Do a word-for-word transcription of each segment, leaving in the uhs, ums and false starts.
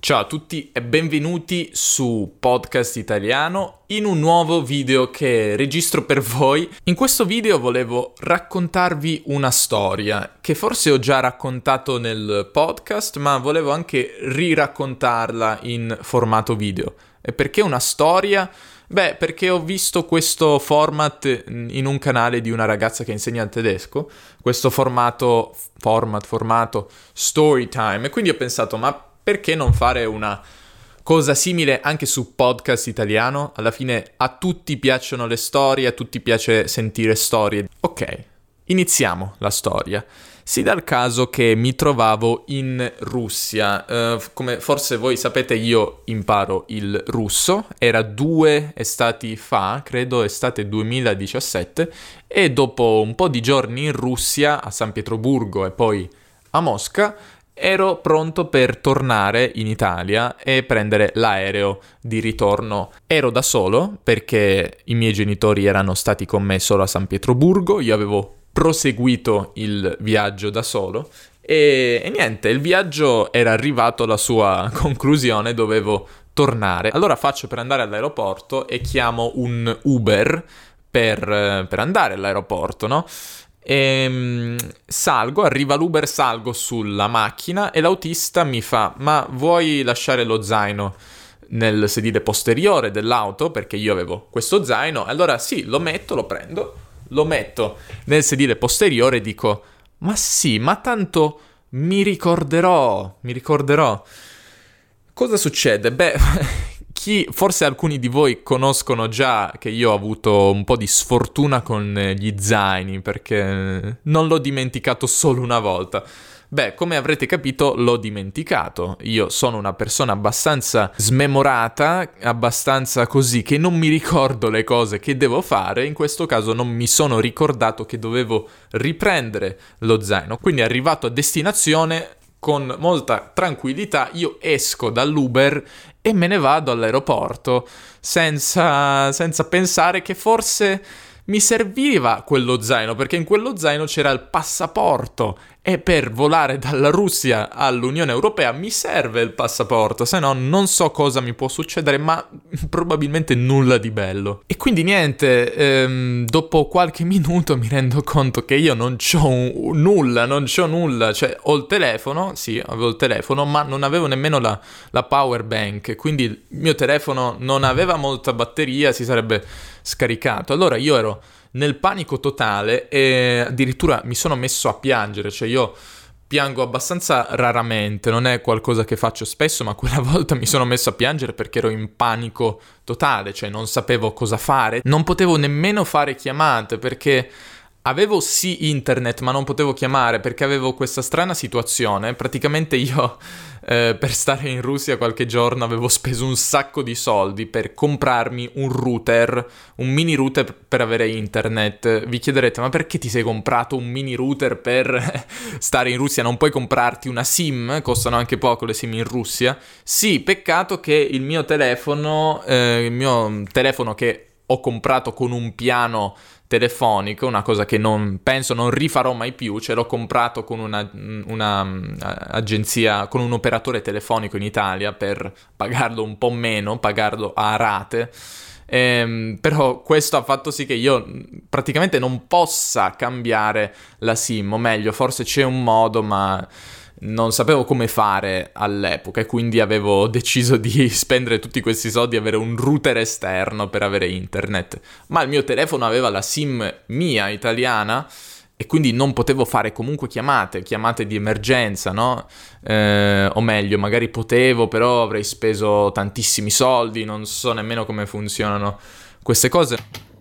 Ciao a tutti e benvenuti su Podcast Italiano in un nuovo video che registro per voi. In questo video volevo raccontarvi una storia che forse ho già raccontato nel podcast, ma volevo anche riraccontarla in formato video. E perché una storia? Beh, perché ho visto questo format in un canale di una ragazza che insegna il tedesco, questo formato, format, formato story time, e quindi ho pensato, ma perché non fare una cosa simile anche su Podcast Italiano? Alla fine a tutti piacciono le storie, a tutti piace sentire storie. Ok, iniziamo la storia. Si dà il caso che mi trovavo in Russia. Uh, come forse voi sapete, io imparo il russo. Era due estati fa, credo estate duemiladiciassette, e dopo un po' di giorni in Russia, a San Pietroburgo e poi a Mosca, ero pronto per tornare in Italia e prendere l'aereo di ritorno. Ero da solo perché i miei genitori erano stati con me solo a San Pietroburgo, io avevo proseguito il viaggio da solo e, e niente, il viaggio era arrivato alla sua conclusione, dovevo tornare. Allora faccio per andare all'aeroporto e chiamo un Uber per, per andare all'aeroporto, no? E salgo, arriva l'Uber, salgo sulla macchina e l'autista mi fa: ma vuoi lasciare lo zaino nel sedile posteriore dell'auto? Perché io avevo questo zaino. Allora sì, lo metto, lo prendo, lo metto nel sedile posteriore e dico: ma sì, ma tanto mi ricorderò, mi ricorderò. Cosa succede? Beh... Chi, forse alcuni di voi conoscono già che io ho avuto un po' di sfortuna con gli zaini, perché non l'ho dimenticato solo una volta. Beh, come avrete capito, l'ho dimenticato. Io sono una persona abbastanza smemorata, abbastanza così, che non mi ricordo le cose che devo fare. In questo caso non mi sono ricordato che dovevo riprendere lo zaino. Quindi arrivato a destinazione, con molta tranquillità, io esco dall'Uber e me ne vado all'aeroporto senza, senza pensare che forse mi serviva quello zaino, perché in quello zaino c'era il passaporto e per volare dalla Russia all'Unione Europea mi serve il passaporto, se no non so cosa mi può succedere, ma probabilmente nulla di bello. E quindi niente, ehm, dopo qualche minuto mi rendo conto che io non c'ho un, nulla, non c'ho nulla, cioè ho il telefono, sì, avevo il telefono, ma non avevo nemmeno la, la power bank, quindi il mio telefono non aveva molta batteria, si sarebbe scaricato. Allora io ero nel panico totale e addirittura mi sono messo a piangere, cioè io piango abbastanza raramente, non è qualcosa che faccio spesso, ma quella volta mi sono messo a piangere perché ero in panico totale, cioè non sapevo cosa fare, non potevo nemmeno fare chiamate perché avevo sì internet, ma non potevo chiamare perché avevo questa strana situazione. Praticamente io eh, per stare in Russia qualche giorno avevo speso un sacco di soldi per comprarmi un router, un mini router per avere internet. Vi chiederete, ma perché ti sei comprato un mini router per stare in Russia? Non puoi comprarti una SIM? Costano anche poco le SIM in Russia. Sì, peccato che il mio telefono, eh, il mio telefono che ho comprato con un piano telefonico, una cosa che non penso non rifarò mai più, ce l'ho comprato con una, una um, agenzia, con un operatore telefonico in Italia per pagarlo un po' meno, pagarlo a rate, ehm, però questo ha fatto sì che io praticamente non possa cambiare la SIM, o meglio, forse c'è un modo, ma non sapevo come fare all'epoca e quindi avevo deciso di spendere tutti questi soldi e avere un router esterno per avere internet. Ma il mio telefono aveva la SIM mia italiana e quindi non potevo fare comunque chiamate, chiamate di emergenza, no? Eh, o meglio, magari potevo, però avrei speso tantissimi soldi, non so nemmeno come funzionano queste cose.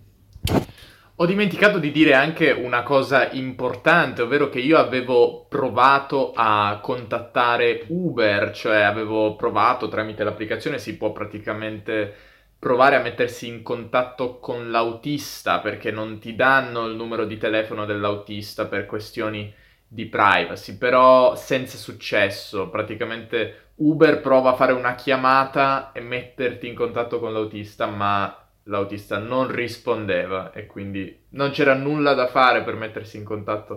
Ho dimenticato di dire anche una cosa importante, ovvero che io avevo provato a contattare Uber, cioè avevo provato tramite l'applicazione, si può praticamente provare a mettersi in contatto con l'autista perché non ti danno il numero di telefono dell'autista per questioni di privacy, però senza successo. Praticamente Uber prova a fare una chiamata e metterti in contatto con l'autista, ma l'autista non rispondeva e quindi non c'era nulla da fare per mettersi in contatto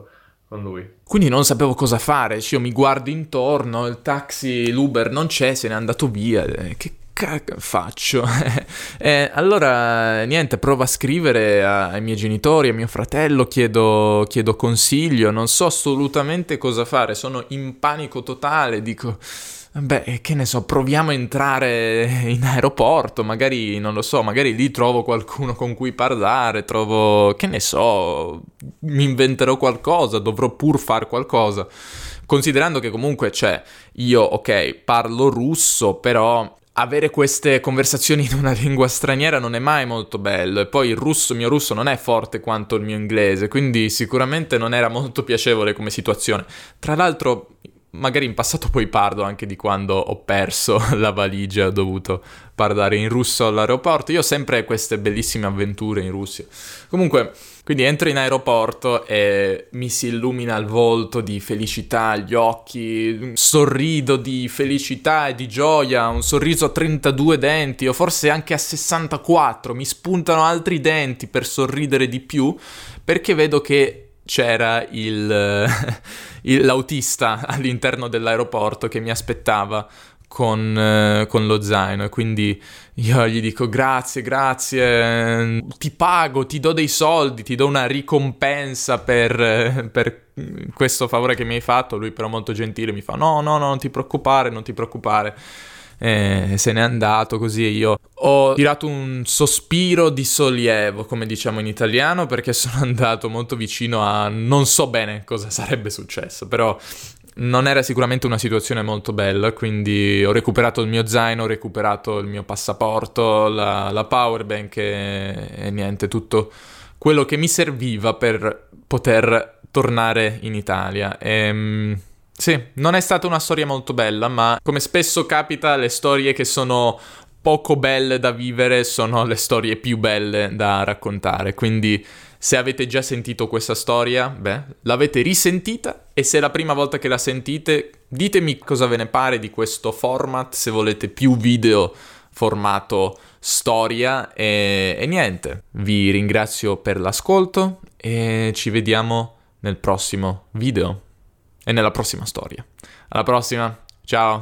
con lui. Quindi non sapevo cosa fare, cioè, io mi guardo intorno, il taxi, l'Uber non c'è, se n'è andato via, eh, che cacchio faccio? eh, allora, niente, provo a scrivere a, ai miei genitori, a mio fratello, chiedo, chiedo consiglio, non so assolutamente cosa fare, sono in panico totale, dico... Beh, che ne so, proviamo a entrare in aeroporto, magari, non lo so, magari lì trovo qualcuno con cui parlare, trovo, che ne so, mi inventerò qualcosa, dovrò pur fare qualcosa. Considerando che comunque, cioè, io, ok, parlo russo, però avere queste conversazioni in una lingua straniera non è mai molto bello, e poi il russo, il mio russo non è forte quanto il mio inglese, quindi sicuramente non era molto piacevole come situazione. Tra l'altro... Magari in passato poi parlo anche di quando ho perso la valigia e ho dovuto parlare in russo all'aeroporto. Io ho sempre queste bellissime avventure in Russia. Comunque, quindi entro in aeroporto e mi si illumina il volto di felicità, gli occhi, sorrido di felicità e di gioia, un sorriso a trentadue denti o forse anche a sessantaquattro. Mi spuntano altri denti per sorridere di più perché vedo che c'era il, il, l'autista all'interno dell'aeroporto che mi aspettava con, eh, con lo zaino, e quindi io gli dico grazie, grazie, ti pago, ti do dei soldi, ti do una ricompensa per, per questo favore che mi hai fatto. Lui però molto gentile mi fa no, no, no, non ti preoccupare, non ti preoccupare. E se n'è andato così, e io ho tirato un sospiro di sollievo, come diciamo in italiano, perché sono andato molto vicino a non so bene cosa sarebbe successo, però non era sicuramente una situazione molto bella, quindi ho recuperato il mio zaino, ho recuperato il mio passaporto, la, la powerbank e, e niente, tutto quello che mi serviva per poter tornare in Italia. E, sì, non è stata una storia molto bella, ma come spesso capita, le storie che sono poco belle da vivere sono le storie più belle da raccontare. Quindi se avete già sentito questa storia, beh, l'avete risentita, e se è la prima volta che la sentite, ditemi cosa ve ne pare di questo format, se volete più video formato storia, e, e niente. Vi ringrazio per l'ascolto e ci vediamo nel prossimo video. E nella prossima storia. Alla prossima, ciao!